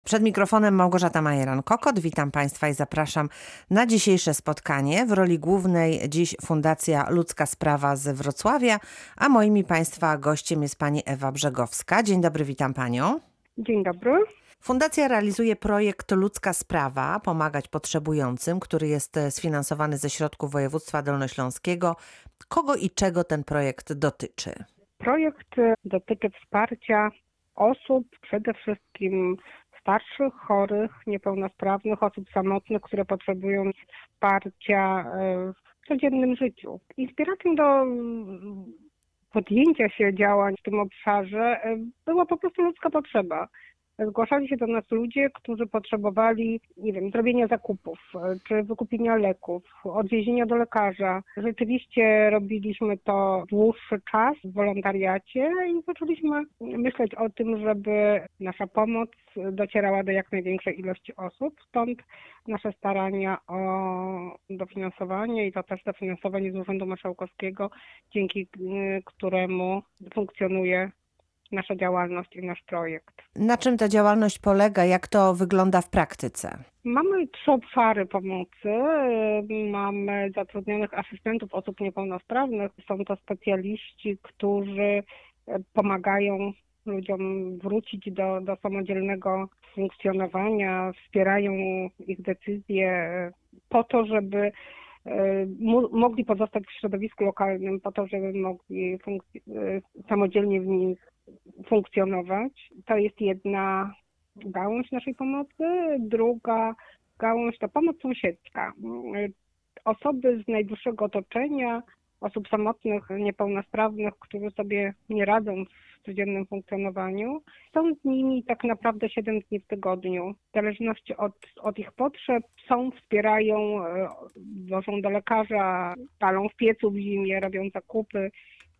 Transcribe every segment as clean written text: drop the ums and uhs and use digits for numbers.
Przed mikrofonem Małgorzata Majeran-Kokot. Witam Państwa i zapraszam na dzisiejsze spotkanie. W roli głównej dziś Fundacja Ludzka Sprawa z Wrocławia, a moim i Państwa gościem jest pani Ewa Brzegowska. Dzień dobry, witam Panią. Dzień dobry. Fundacja realizuje projekt Ludzka Sprawa, pomagać potrzebującym, który jest sfinansowany ze środków województwa dolnośląskiego. Kogo i czego ten projekt dotyczy? Projekt dotyczy wsparcia osób, przede wszystkim starszych, chorych, niepełnosprawnych, osób samotnych, które potrzebują wsparcia w codziennym życiu. Inspiracją do podjęcia się działań w tym obszarze była po prostu ludzka potrzeba. Zgłaszali się do nas ludzie, którzy potrzebowali, zrobienia zakupów, czy wykupienia leków, odwiezienia do lekarza. Rzeczywiście robiliśmy to dłuższy czas w wolontariacie i zaczęliśmy myśleć o tym, żeby nasza pomoc docierała do jak największej ilości osób. Stąd nasze starania o dofinansowanie i to też dofinansowanie z Urzędu Marszałkowskiego, dzięki któremu funkcjonuje nasza działalność i nasz projekt. Na czym ta działalność polega? Jak to wygląda w praktyce? Mamy 3 obszary pomocy. Mamy zatrudnionych asystentów osób niepełnosprawnych. Są to specjaliści, którzy pomagają ludziom wrócić do samodzielnego funkcjonowania, wspierają ich decyzje po to, żeby mogli pozostać w środowisku lokalnym, po to, żeby mogli samodzielnie w nim funkcjonować. To jest jedna gałąź naszej pomocy. Druga gałąź to pomoc sąsiedzka. Osoby z najbliższego otoczenia, osób samotnych, niepełnosprawnych, którzy sobie nie radzą w codziennym funkcjonowaniu, są z nimi tak naprawdę 7 dni w tygodniu. W zależności od ich potrzeb wspierają, wożą do lekarza, palą w piecu w zimie, robią zakupy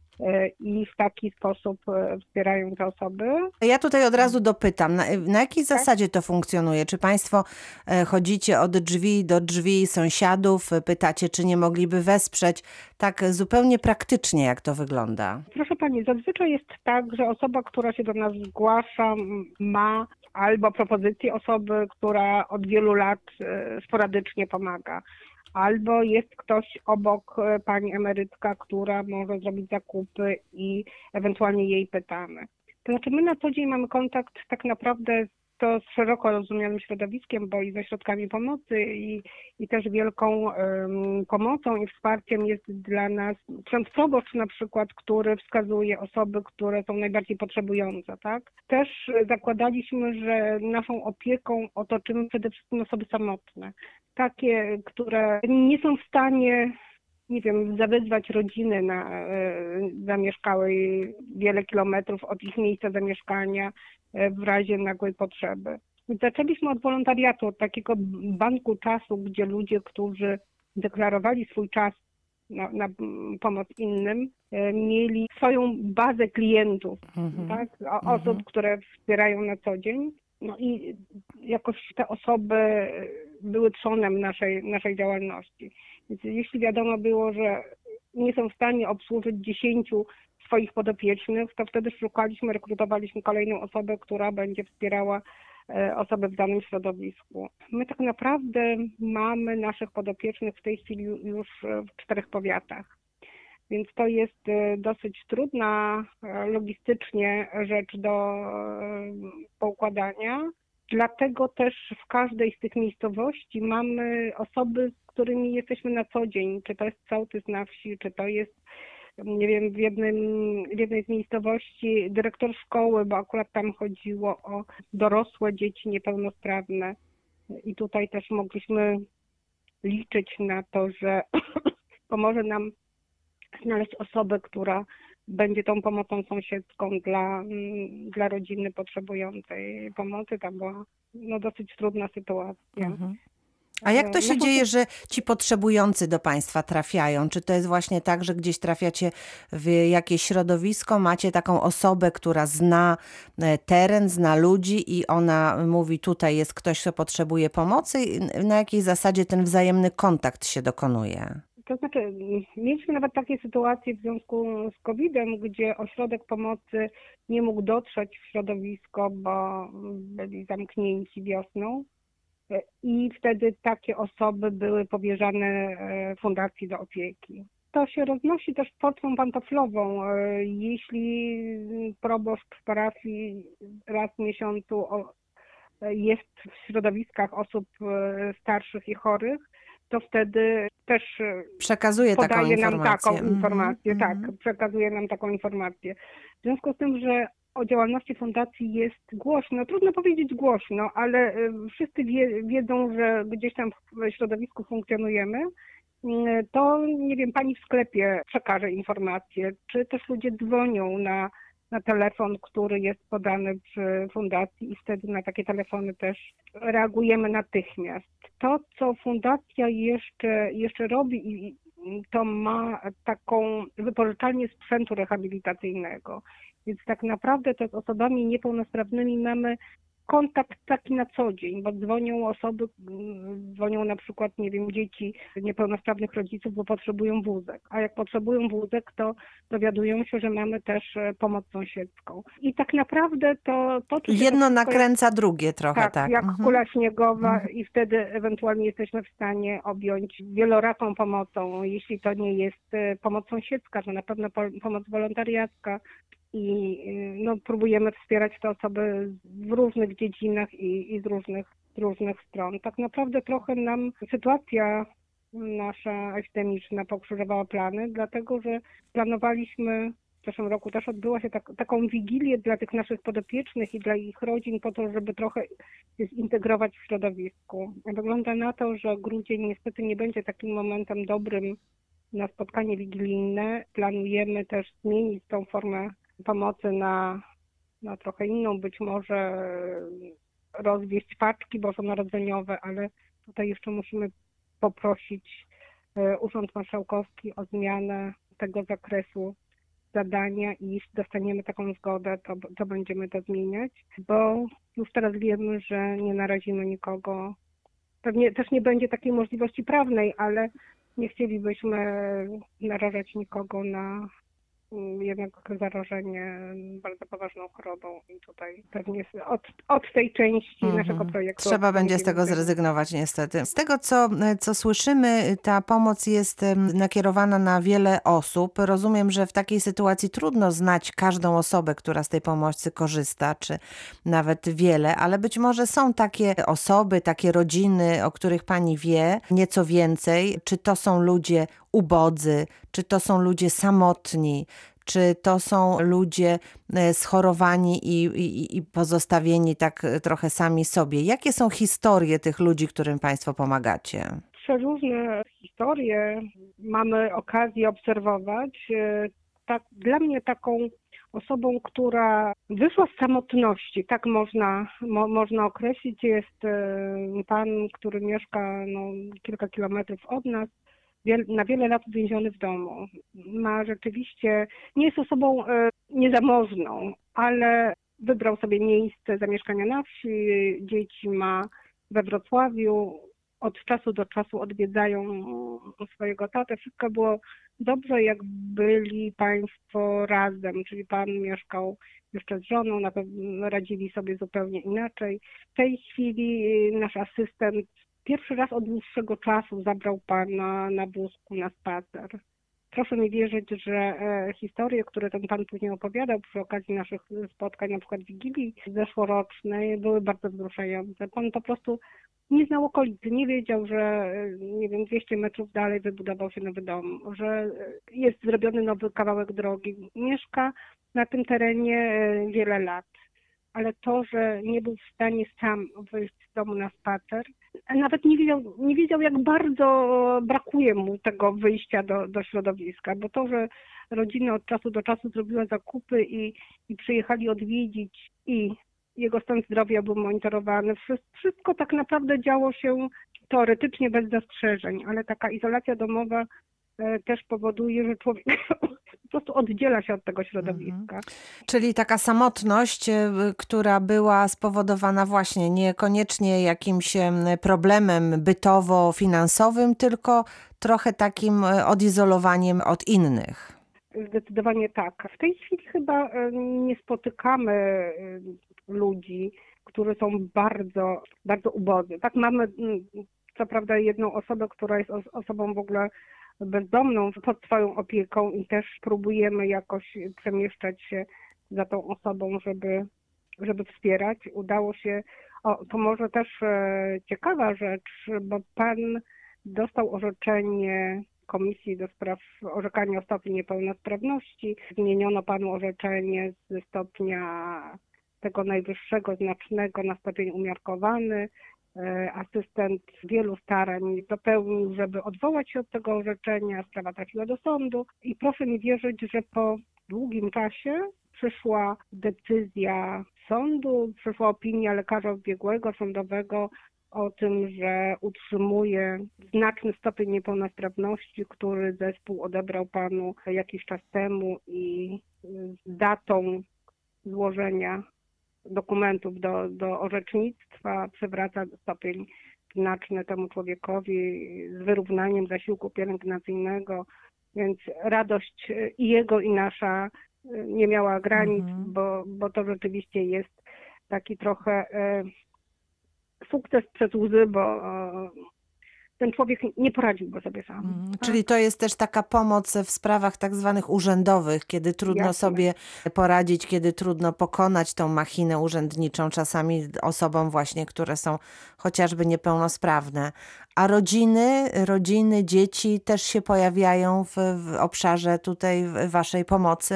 i w taki sposób wspierają te osoby. Ja tutaj od razu dopytam, na jakiej zasadzie to funkcjonuje? Czy Państwo chodzicie od drzwi do drzwi sąsiadów, pytacie, czy nie mogliby wesprzeć? Tak zupełnie praktycznie, jak to wygląda? Proszę Pani, zazwyczaj jest tak, że osoba, która się do nas zgłasza, ma albo propozycję osoby, która od wielu lat sporadycznie pomaga. Albo jest ktoś obok, pani emerytka, która może zrobić zakupy i ewentualnie jej pytamy. To znaczy my na co dzień mamy kontakt tak naprawdę z szeroko rozumianym środowiskiem, bo i ze środkami pomocy i też wielką pomocą i wsparciem jest dla nas ksiądz proboszcz na przykład, który wskazuje osoby, które są najbardziej potrzebujące, tak? Też zakładaliśmy, że naszą opieką otoczymy przede wszystkim osoby samotne. Takie, które nie są w stanie, zawezwać rodziny zamieszkałej wiele kilometrów od ich miejsca zamieszkania w razie nagłej potrzeby. Zaczęliśmy od wolontariatu, od takiego banku czasu, gdzie ludzie, którzy deklarowali swój czas na pomoc innym, mieli swoją bazę klientów, tak? Osób, które wspierają na co dzień. No i jakoś te osoby były trzonem naszej działalności. Więc jeśli wiadomo było, że nie są w stanie obsłużyć 10 swoich podopiecznych, to wtedy rekrutowaliśmy kolejną osobę, która będzie wspierała osoby w danym środowisku. My tak naprawdę mamy naszych podopiecznych w tej chwili już w 4 powiatach. Więc to jest dosyć trudna logistycznie rzecz do poukładania. Dlatego też w każdej z tych miejscowości mamy osoby, z którymi jesteśmy na co dzień. Czy to jest sołtys na wsi, czy to jest, w jednej z miejscowości dyrektor szkoły, bo akurat tam chodziło o dorosłe dzieci niepełnosprawne. I tutaj też mogliśmy liczyć na to, że pomoże nam znaleźć osobę, która będzie tą pomocą sąsiedzką dla rodziny potrzebującej pomocy. Tam była dosyć trudna sytuacja. A jak to się dzieje, że ci potrzebujący do Państwa trafiają? Czy to jest właśnie tak, że gdzieś trafiacie w jakieś środowisko, macie taką osobę, która zna teren, zna ludzi i ona mówi, tutaj jest ktoś, kto potrzebuje pomocy? Na jakiej zasadzie ten wzajemny kontakt się dokonuje? To znaczy, mieliśmy nawet takie sytuacje w związku z COVID-em, gdzie ośrodek pomocy nie mógł dotrzeć w środowisko, bo byli zamknięci wiosną. I wtedy takie osoby były powierzane fundacji do opieki. To się roznosi też pocztą pantoflową. Jeśli proboszcz parafii raz w miesiącu jest w środowiskach osób starszych i chorych, to wtedy też Przekazuje taką podaje nam informację. taką informację. Tak, przekazuje nam taką informację. W związku z tym, że o działalności fundacji jest głośno, trudno powiedzieć głośno, ale wszyscy wiedzą, że gdzieś tam w środowisku funkcjonujemy, to nie wiem, pani w sklepie przekaże informację, czy też ludzie dzwonią na telefon, który jest podany przy fundacji i wtedy na takie telefony też reagujemy natychmiast. To, co fundacja jeszcze robi, i to ma taką wypożyczalnię sprzętu rehabilitacyjnego. Więc tak naprawdę to z osobami niepełnosprawnymi mamy kontakt taki na co dzień, bo dzwonią osoby, dzwonią na przykład, nie wiem, dzieci niepełnosprawnych rodziców, bo potrzebują wózek. A jak potrzebują wózek, to dowiadują się, że mamy też pomoc sąsiedzką. I tak naprawdę to toczy się Jedno to nakręca drugie trochę, tak. jak kula śniegowa i wtedy ewentualnie jesteśmy w stanie objąć wieloraką pomocą. Jeśli to nie jest pomoc sąsiedzka, to na pewno pomoc wolontariacka. I no, próbujemy wspierać te osoby w różnych dziedzinach i z różnych stron. Tak naprawdę trochę nam sytuacja nasza epidemiczna pokrzyżowała plany, dlatego że planowaliśmy, w zeszłym roku też odbyła się taką wigilię dla tych naszych podopiecznych i dla ich rodzin po to, żeby trochę się zintegrować w środowisku. Wygląda na to, że grudzień niestety nie będzie takim momentem dobrym na spotkanie wigilijne. Planujemy też zmienić tą formę pomocy na trochę inną, być może rozwieść paczki bożonarodzeniowe, ale tutaj jeszcze musimy poprosić Urząd Marszałkowski o zmianę tego zakresu zadania i jeśli dostaniemy taką zgodę, to będziemy to zmieniać, bo już teraz wiemy, że nie narazimy nikogo. Pewnie też nie będzie takiej możliwości prawnej, ale nie chcielibyśmy narażać nikogo na jednak zarażenie bardzo poważną chorobą i tutaj pewnie od tej części naszego projektu. Trzeba będzie z tego zrezygnować niestety. Z tego, co słyszymy, ta pomoc jest nakierowana na wiele osób. Rozumiem, że w takiej sytuacji trudno znać każdą osobę, która z tej pomocy korzysta, czy nawet wiele, ale być może są takie osoby, takie rodziny, o których pani wie nieco więcej. Czy to są ludzie ubodzy, czy to są ludzie samotni, czy to są ludzie schorowani i pozostawieni tak trochę sami sobie? Jakie są historie tych ludzi, którym państwo pomagacie? Przeróżne historie mamy okazję obserwować. Tak, dla mnie taką osobą, która wyszła z samotności, tak można określić, jest pan, który mieszka kilka kilometrów od nas, na wiele lat uwięziony w domu. Rzeczywiście, nie jest osobą niezamożną, ale wybrał sobie miejsce zamieszkania na wsi, dzieci ma we Wrocławiu, od czasu do czasu odwiedzają swojego tatę. Wszystko było dobrze, jak byli państwo razem, czyli pan mieszkał jeszcze z żoną, na pewno radzili sobie zupełnie inaczej. W tej chwili nasz asystent pierwszy raz od dłuższego czasu zabrał pana na wózku na spacer. Proszę mi wierzyć, że historie, które ten pan później opowiadał przy okazji naszych spotkań, na przykład Wigilii zeszłorocznej, były bardzo wzruszające. Pan po prostu nie znał okolicy, nie wiedział, że nie wiem, 200 metrów dalej wybudował się nowy dom, że jest zrobiony nowy kawałek drogi. Mieszka na tym terenie wiele lat. Ale to, że nie był w stanie sam wyjść z domu na spacer, nawet nie wiedział jak bardzo brakuje mu tego wyjścia do środowiska, bo to, że rodzina od czasu do czasu zrobiła zakupy i przyjechali odwiedzić i jego stan zdrowia był monitorowany, wszystko tak naprawdę działo się teoretycznie bez zastrzeżeń, ale taka izolacja domowa też powoduje, że człowiek prostu oddziela się od tego środowiska. Czyli taka samotność, która była spowodowana właśnie niekoniecznie jakimś problemem bytowo-finansowym, tylko trochę takim odizolowaniem od innych. Zdecydowanie tak. W tej chwili chyba nie spotykamy ludzi, którzy są bardzo, bardzo ubodzy. Tak, mamy co prawda jedną osobę, która jest osobą w ogóle bezdomną pod swoją opieką i też próbujemy jakoś przemieszczać się za tą osobą, żeby wspierać. Udało się, to może też ciekawa rzecz, bo pan dostał orzeczenie Komisji do spraw orzekania o stopniu niepełnosprawności. Zmieniono panu orzeczenie ze stopnia tego najwyższego, znacznego na stopień umiarkowany. Asystent wielu starań dopełnił, żeby odwołać się od tego orzeczenia. Sprawa trafiła do sądu i proszę mi wierzyć, że po długim czasie przyszła decyzja sądu, przyszła opinia lekarza biegłego sądowego o tym, że utrzymuje znaczny stopień niepełnosprawności, który zespół odebrał panu jakiś czas temu i z datą złożenia dokumentów do orzecznictwa przywraca stopień znaczny temu człowiekowi z wyrównaniem zasiłku pielęgnacyjnego, więc radość i jego, i nasza nie miała granic, bo to rzeczywiście jest taki trochę sukces przez łzy, bo ten człowiek nie poradziłby sobie sam. Czyli to jest też taka pomoc w sprawach tak zwanych urzędowych, kiedy trudno Jasne. sobie poradzić, kiedy trudno pokonać tą machinę urzędniczą, czasami osobom właśnie, które są chociażby niepełnosprawne. A rodziny, dzieci też się pojawiają w obszarze tutaj waszej pomocy?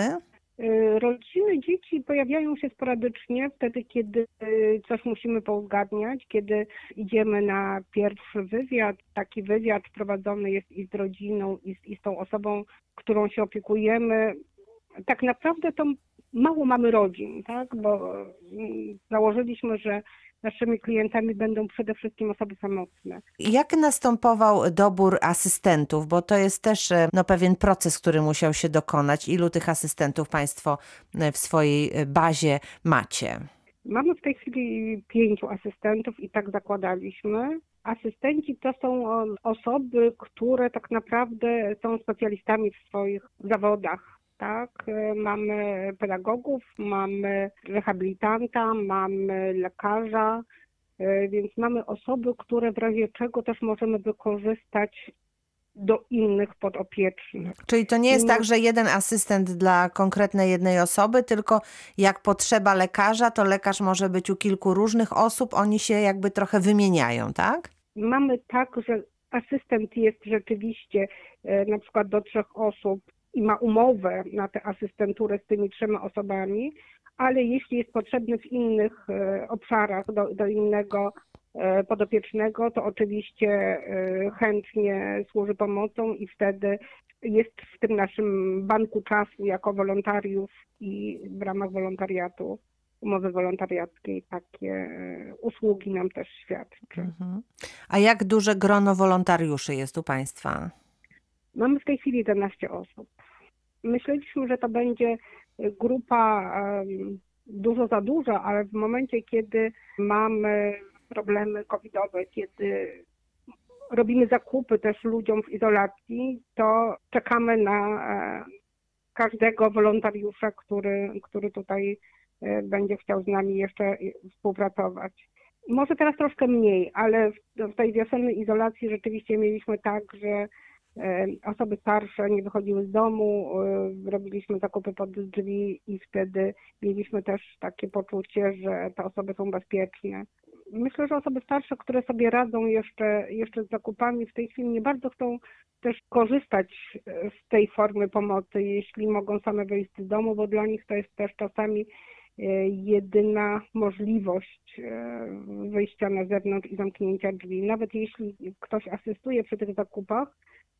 Rodziny, dzieci pojawiają się sporadycznie wtedy, kiedy coś musimy pouzgadniać, kiedy idziemy na pierwszy wywiad. Taki wywiad prowadzony jest i z rodziną, i z tą osobą, którą się opiekujemy. Tak naprawdę to mało mamy rodzin, tak? Bo założyliśmy, że naszymi klientami będą przede wszystkim osoby samotne. Jak następował dobór asystentów? Bo to jest też pewien proces, który musiał się dokonać. Ilu tych asystentów Państwo w swojej bazie macie? Mamy w tej chwili 5 asystentów i tak zakładaliśmy. Asystenci to są osoby, które tak naprawdę są specjalistami w swoich zawodach. Tak, mamy pedagogów, mamy rehabilitanta, mamy lekarza, więc mamy osoby, które w razie czego też możemy wykorzystać do innych podopiecznych. Czyli to nie jest tak, że jeden asystent dla konkretnej jednej osoby, tylko jak potrzeba lekarza, to lekarz może być u kilku różnych osób, oni się jakby trochę wymieniają, tak? Mamy tak, że asystent jest rzeczywiście na przykład do 3 osób i ma umowę na tę asystenturę z tymi 3 osobami, ale jeśli jest potrzebny w innych obszarach do innego podopiecznego, to oczywiście chętnie służy pomocą i wtedy jest w tym naszym banku czasu jako wolontariusz i w ramach wolontariatu, umowy wolontariackiej takie usługi nam też świadczy. A jak duże grono wolontariuszy jest u Państwa? Mamy w tej chwili 11 osób. Myśleliśmy, że to będzie grupa dużo za duża, ale w momencie, kiedy mamy problemy covidowe, kiedy robimy zakupy też ludziom w izolacji, to czekamy na każdego wolontariusza, który tutaj będzie chciał z nami jeszcze współpracować. Może teraz troszkę mniej, ale w tej wiosennej izolacji rzeczywiście mieliśmy tak, że osoby starsze nie wychodziły z domu, robiliśmy zakupy pod drzwi i wtedy mieliśmy też takie poczucie, że te osoby są bezpieczne. Myślę, że osoby starsze, które sobie radzą jeszcze z zakupami, w tej chwili nie bardzo chcą też korzystać z tej formy pomocy, jeśli mogą same wyjść z domu, bo dla nich to jest też czasami jedyna możliwość wyjścia na zewnątrz i zamknięcia drzwi. Nawet jeśli ktoś asystuje przy tych zakupach,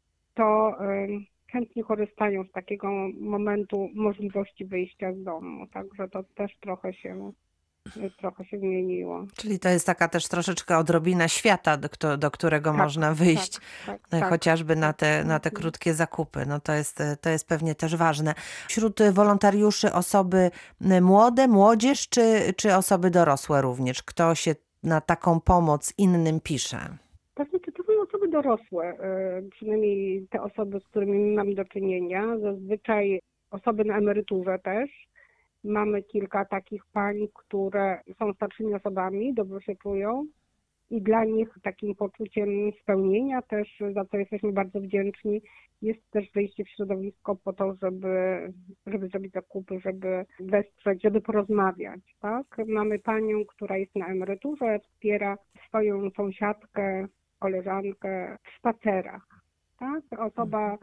to chętnie korzystają z takiego momentu możliwości wyjścia z domu. Także to też trochę się trochę się zmieniło. Czyli to jest taka też troszeczkę odrobina świata, do którego Tak, można wyjść, tak. chociażby na te krótkie zakupy. No to jest pewnie też ważne. Wśród wolontariuszy osoby młode, młodzież, czy osoby dorosłe również? Kto się na taką pomoc innym pisze? To są osoby dorosłe, przynajmniej te osoby, z którymi mam do czynienia. Zazwyczaj osoby na emeryturze też. Mamy kilka takich pań, które są starszymi osobami, dobrze się czują i dla nich takim poczuciem spełnienia też, za co jesteśmy bardzo wdzięczni, jest też wejście w środowisko po to, żeby zrobić zakupy, żeby wesprzeć, żeby porozmawiać, tak? Mamy panią, która jest na emeryturze, wspiera swoją sąsiadkę, koleżankę w spacerach, tak? Osoba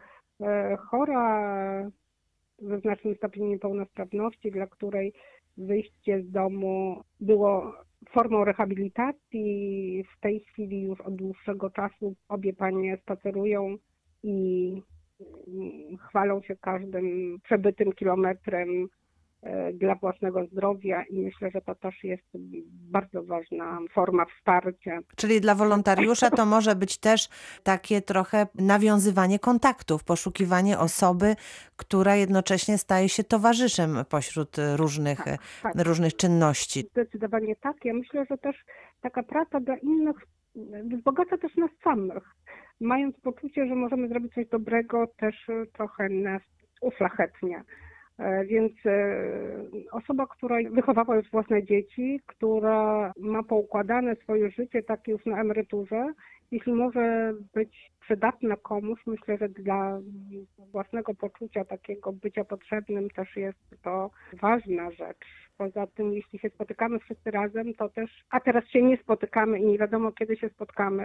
chora, ze znacznym stopniem niepełnosprawności, dla której wyjście z domu było formą rehabilitacji. W tej chwili już od dłuższego czasu obie panie spacerują i chwalą się każdym przebytym kilometrem dla własnego zdrowia i myślę, że to też jest bardzo ważna forma wsparcia. Czyli dla wolontariusza to może być też takie trochę nawiązywanie kontaktów, poszukiwanie osoby, która jednocześnie staje się towarzyszem pośród różnych czynności. Zdecydowanie tak. Ja myślę, że też taka praca dla innych wzbogaca też nas samych. Mając poczucie, że możemy zrobić coś dobrego, też trochę nas uszlachetnia. Więc osoba, która wychowała już własne dzieci, która ma poukładane swoje życie takie już na emeryturze, jeśli może być przydatna komuś, myślę, że dla własnego poczucia takiego bycia potrzebnym też jest to ważna rzecz. Poza tym, jeśli się spotykamy wszyscy razem, to też, a teraz się nie spotykamy i nie wiadomo, kiedy się spotkamy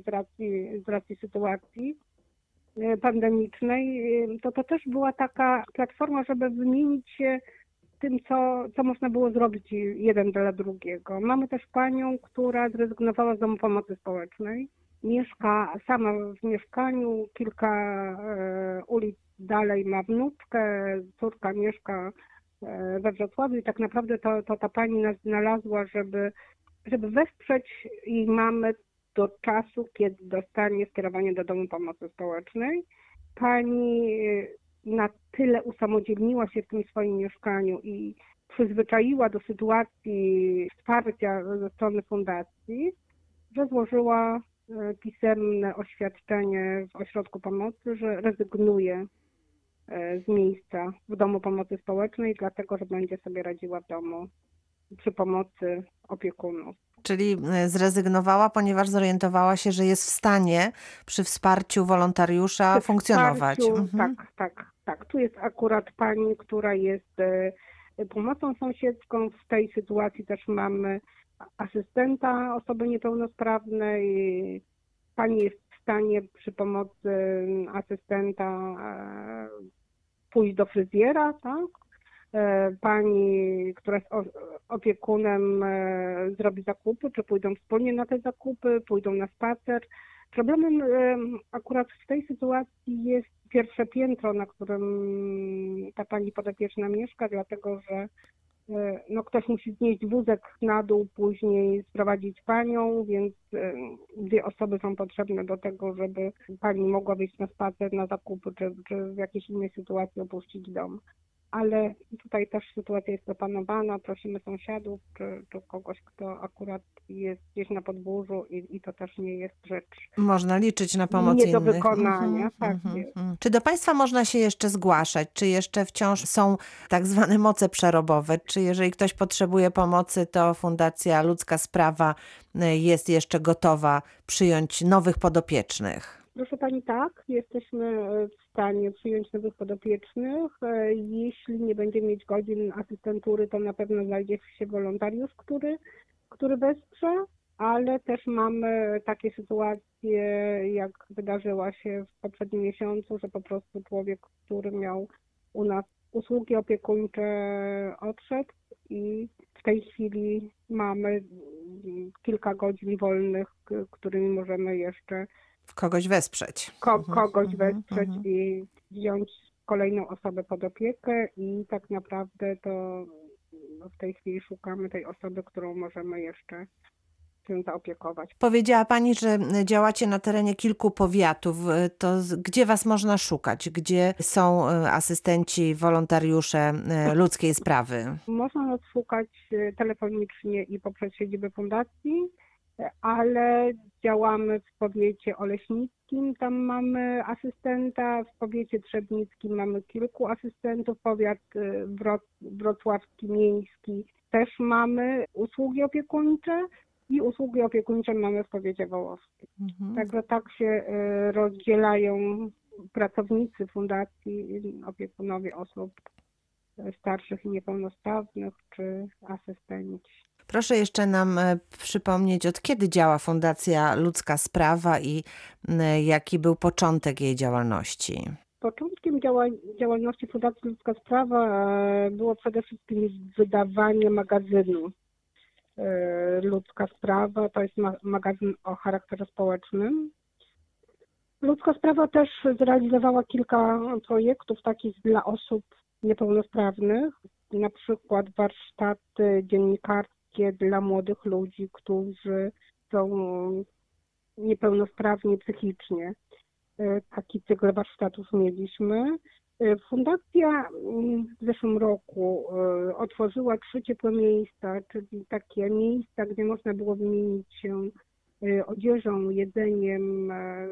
z racji sytuacji pandemicznej, to też była taka platforma, żeby wymienić się tym, co można było zrobić jeden dla drugiego. Mamy też panią, która zrezygnowała z domu pomocy społecznej. Mieszka sama w mieszkaniu, kilka ulic dalej ma wnuczkę, córka mieszka we Wrocławiu i tak naprawdę to ta pani nas znalazła, żeby wesprzeć jej mamę do czasu, kiedy dostanie skierowanie do domu pomocy społecznej. Pani na tyle usamodzielniła się w tym swoim mieszkaniu i przyzwyczaiła do sytuacji wsparcia ze strony fundacji, że złożyła pisemne oświadczenie w ośrodku pomocy, że rezygnuje z miejsca w domu pomocy społecznej, dlatego że będzie sobie radziła w domu przy pomocy opiekunów. Czyli zrezygnowała, ponieważ zorientowała się, że jest w stanie przy wsparciu wolontariusza funkcjonować. Tak. Tu jest akurat pani, która jest pomocą sąsiedzką. W tej sytuacji też mamy asystenta osoby niepełnosprawnej. Pani jest w stanie przy pomocy asystenta pójść do fryzjera, tak? Pani, która jest opiekunem, zrobi zakupy, czy pójdą wspólnie na te zakupy, pójdą na spacer. Problemem akurat w tej sytuacji jest pierwsze piętro, na którym ta pani podopieczna mieszka, dlatego że ktoś musi znieść wózek na dół, później sprowadzić panią, więc dwie osoby są potrzebne do tego, żeby pani mogła wyjść na spacer, na zakupy, czy w jakiejś innej sytuacji opuścić dom. Ale tutaj też sytuacja jest opanowana, prosimy sąsiadów, czy kogoś, kto akurat jest gdzieś na podwórzu i to też nie jest rzecz można liczyć na pomoc nie do innych. wykonania. Jest. Czy do Państwa można się jeszcze zgłaszać? Czy jeszcze wciąż są tak zwane moce przerobowe? Czy jeżeli ktoś potrzebuje pomocy, to Fundacja Ludzka Sprawa jest jeszcze gotowa przyjąć nowych podopiecznych? Proszę pani, tak, jesteśmy w stanie przyjąć nowych podopiecznych. Jeśli nie będziemy mieć godzin asystentury, to na pewno znajdzie się wolontariusz, który wesprze, ale też mamy takie sytuacje, jak wydarzyła się w poprzednim miesiącu, że po prostu człowiek, który miał u nas usługi opiekuńcze, odszedł i w tej chwili mamy kilka godzin wolnych, którymi możemy jeszcze kogoś wesprzeć. Kogoś wesprzeć i wziąć kolejną osobę pod opiekę i tak naprawdę to w tej chwili szukamy tej osoby, którą możemy jeszcze się zaopiekować. Powiedziała Pani, że działacie na terenie kilku powiatów. To gdzie Was można szukać? Gdzie są asystenci, wolontariusze ludzkiej sprawy? Można nas szukać telefonicznie i poprzez siedzibę fundacji, ale działamy w powiecie oleśnickim, tam mamy asystenta, w powiecie trzebnickim mamy kilku asystentów, powiat wrocławski, miejski też mamy usługi opiekuńcze i usługi opiekuńcze mamy w powiecie wołowskim. Także tak się rozdzielają pracownicy fundacji, opiekunowie osób starszych i niepełnosprawnych czy asystenci. Proszę jeszcze nam przypomnieć, od kiedy działa Fundacja Ludzka Sprawa i jaki był początek jej działalności? Początkiem działalności Fundacji Ludzka Sprawa było przede wszystkim wydawanie magazynu Ludzka Sprawa. To jest magazyn o charakterze społecznym. Ludzka Sprawa też zrealizowała kilka projektów takich dla osób niepełnosprawnych, na przykład warsztaty dziennikarskie dla młodych ludzi, którzy są niepełnosprawni psychicznie. Taki cykl warsztatów mieliśmy. Fundacja w zeszłym roku otworzyła 3 ciepłe miejsca, czyli takie miejsca, gdzie można było wymienić się odzieżą, jedzeniem.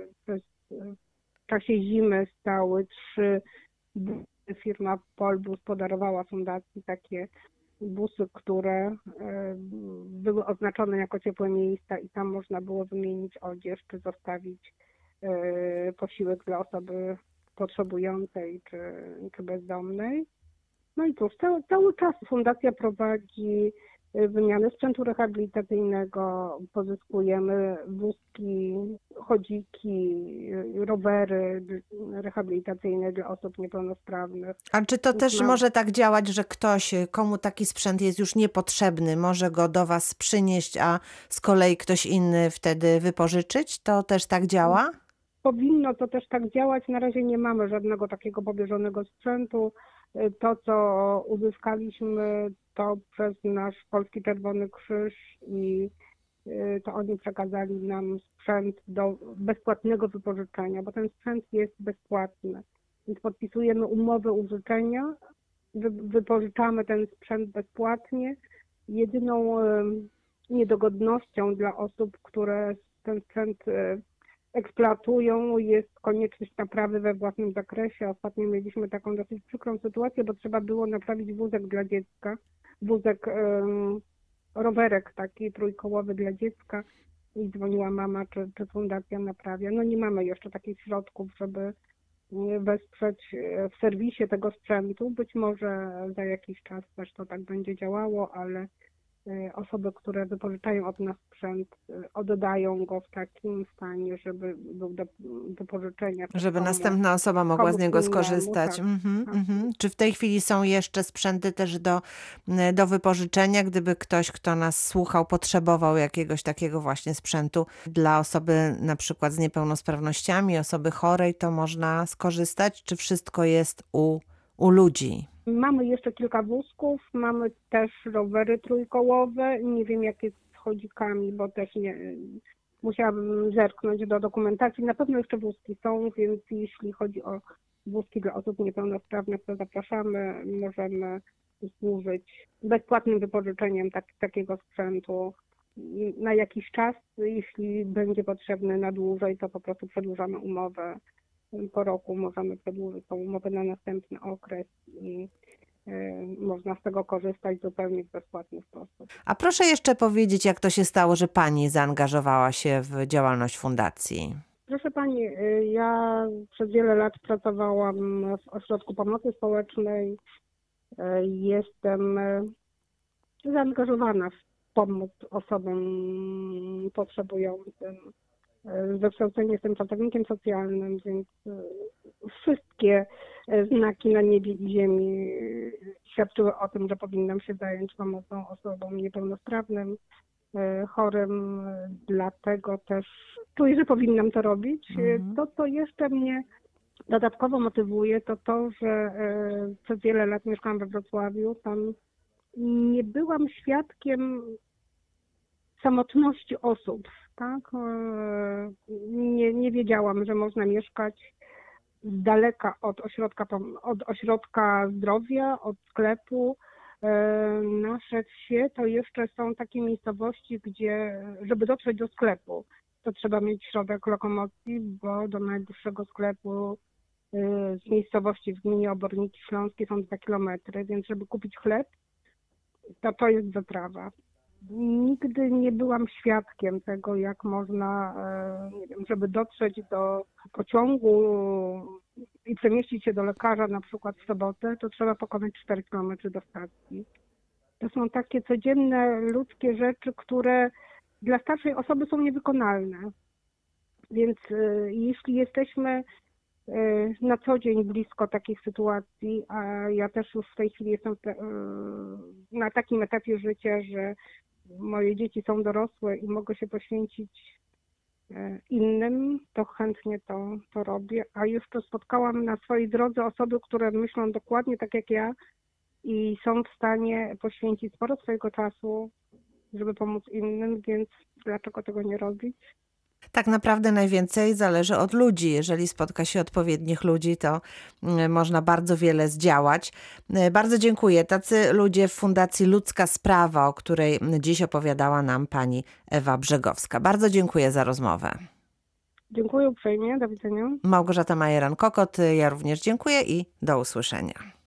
W czasie zimy stały 3 busy. Firma Polbus podarowała fundacji takie busy, które były oznaczone jako ciepłe miejsca i tam można było wymienić odzież czy zostawić posiłek dla osoby potrzebującej czy bezdomnej. No i cóż, cały czas fundacja prowadzi wymianę sprzętu rehabilitacyjnego, pozyskujemy wózki, chodziki, rowery rehabilitacyjne dla osób niepełnosprawnych. A czy to też może tak działać, że ktoś, komu taki sprzęt jest już niepotrzebny, może go do Was przynieść, a z kolei ktoś inny wtedy wypożyczyć? To też tak działa? Powinno to też tak działać. Na razie nie mamy żadnego takiego pobieżonego sprzętu. To, co uzyskaliśmy, to przez nasz Polski Czerwony Krzyż i to oni przekazali nam sprzęt do bezpłatnego wypożyczenia, bo ten sprzęt jest bezpłatny. Więc podpisujemy umowę użyczenia, wypożyczamy ten sprzęt bezpłatnie. Jedyną niedogodnością dla osób, które ten sprzęt eksploatują, jest konieczność naprawy we własnym zakresie. Ostatnio mieliśmy taką dosyć przykrą sytuację, bo trzeba było naprawić wózek dla dziecka, rowerek taki trójkołowy dla dziecka i dzwoniła mama, czy fundacja naprawia. No nie mamy jeszcze takich środków, żeby wesprzeć w serwisie tego sprzętu. Być może za jakiś czas też to tak będzie działało, ale osoby, które wypożyczają od nas sprzęt, oddają go w takim stanie, żeby był do wypożyczenia. Żeby następna osoba mogła z niego skorzystać. Tak. Czy w tej chwili są jeszcze sprzęty też do wypożyczenia, gdyby ktoś, kto nas słuchał, potrzebował jakiegoś takiego właśnie sprzętu dla osoby na przykład z niepełnosprawnościami, osoby chorej, to można skorzystać? Czy wszystko jest u ludzi? Mamy jeszcze kilka wózków, mamy też rowery trójkołowe. Nie wiem, jak jest z chodzikami, bo też nie musiałabym zerknąć do dokumentacji. Na pewno jeszcze wózki są, więc jeśli chodzi o wózki dla osób niepełnosprawnych, to zapraszamy. Możemy służyć bezpłatnym wypożyczeniem takiego sprzętu na jakiś czas. Jeśli będzie potrzebny na dłużej, to po prostu przedłużamy umowę. Po roku możemy przedłużyć tą umowę na następny okres i można z tego korzystać zupełnie w bezpłatny sposób. A proszę jeszcze powiedzieć, jak to się stało, że Pani zaangażowała się w działalność fundacji? Proszę Pani, ja przez wiele lat pracowałam w Ośrodku Pomocy Społecznej. Jestem zaangażowana w pomoc osobom potrzebującym. Z wykształcenia jestem pracownikiem socjalnym, więc wszystkie znaki na niebie i ziemi świadczyły o tym, że powinnam się zająć pomocą osobom niepełnosprawnym, chorym, dlatego też czuję, że powinnam to robić. To, co jeszcze mnie dodatkowo motywuje, to to, że przez wiele lat mieszkałam we Wrocławiu, tam nie byłam świadkiem samotności osób, tak? Nie wiedziałam, że można mieszkać z daleka od ośrodka zdrowia, od sklepu. Nasze wsie to jeszcze są takie miejscowości, gdzie, żeby dotrzeć do sklepu, to trzeba mieć środek lokomocji, bo do najbliższego sklepu z miejscowości w gminie Oborniki Śląskie są 2 kilometry, więc żeby kupić chleb, to jest wyprawa. Nigdy nie byłam świadkiem tego, jak można, nie wiem, żeby dotrzeć do pociągu i przemieścić się do lekarza na przykład w sobotę, to trzeba pokonać 4 kilometry do stacji. To są takie codzienne ludzkie rzeczy, które dla starszej osoby są niewykonalne. Więc jeśli jesteśmy na co dzień blisko takich sytuacji, a ja też już w tej chwili jestem na takim etapie życia, że moje dzieci są dorosłe i mogę się poświęcić innym, to chętnie to robię. A jeszcze spotkałam na swojej drodze osoby, które myślą dokładnie tak jak ja i są w stanie poświęcić sporo swojego czasu, żeby pomóc innym, więc dlaczego tego nie robić? Tak naprawdę najwięcej zależy od ludzi. Jeżeli spotka się odpowiednich ludzi, to można bardzo wiele zdziałać. Bardzo dziękuję. Tacy ludzie w Fundacji Ludzka Sprawa, o której dziś opowiadała nam pani Ewa Brzegowska. Bardzo dziękuję za rozmowę. Dziękuję uprzejmie. Do widzenia. Małgorzata Majeran-Kokot, ja również dziękuję i do usłyszenia.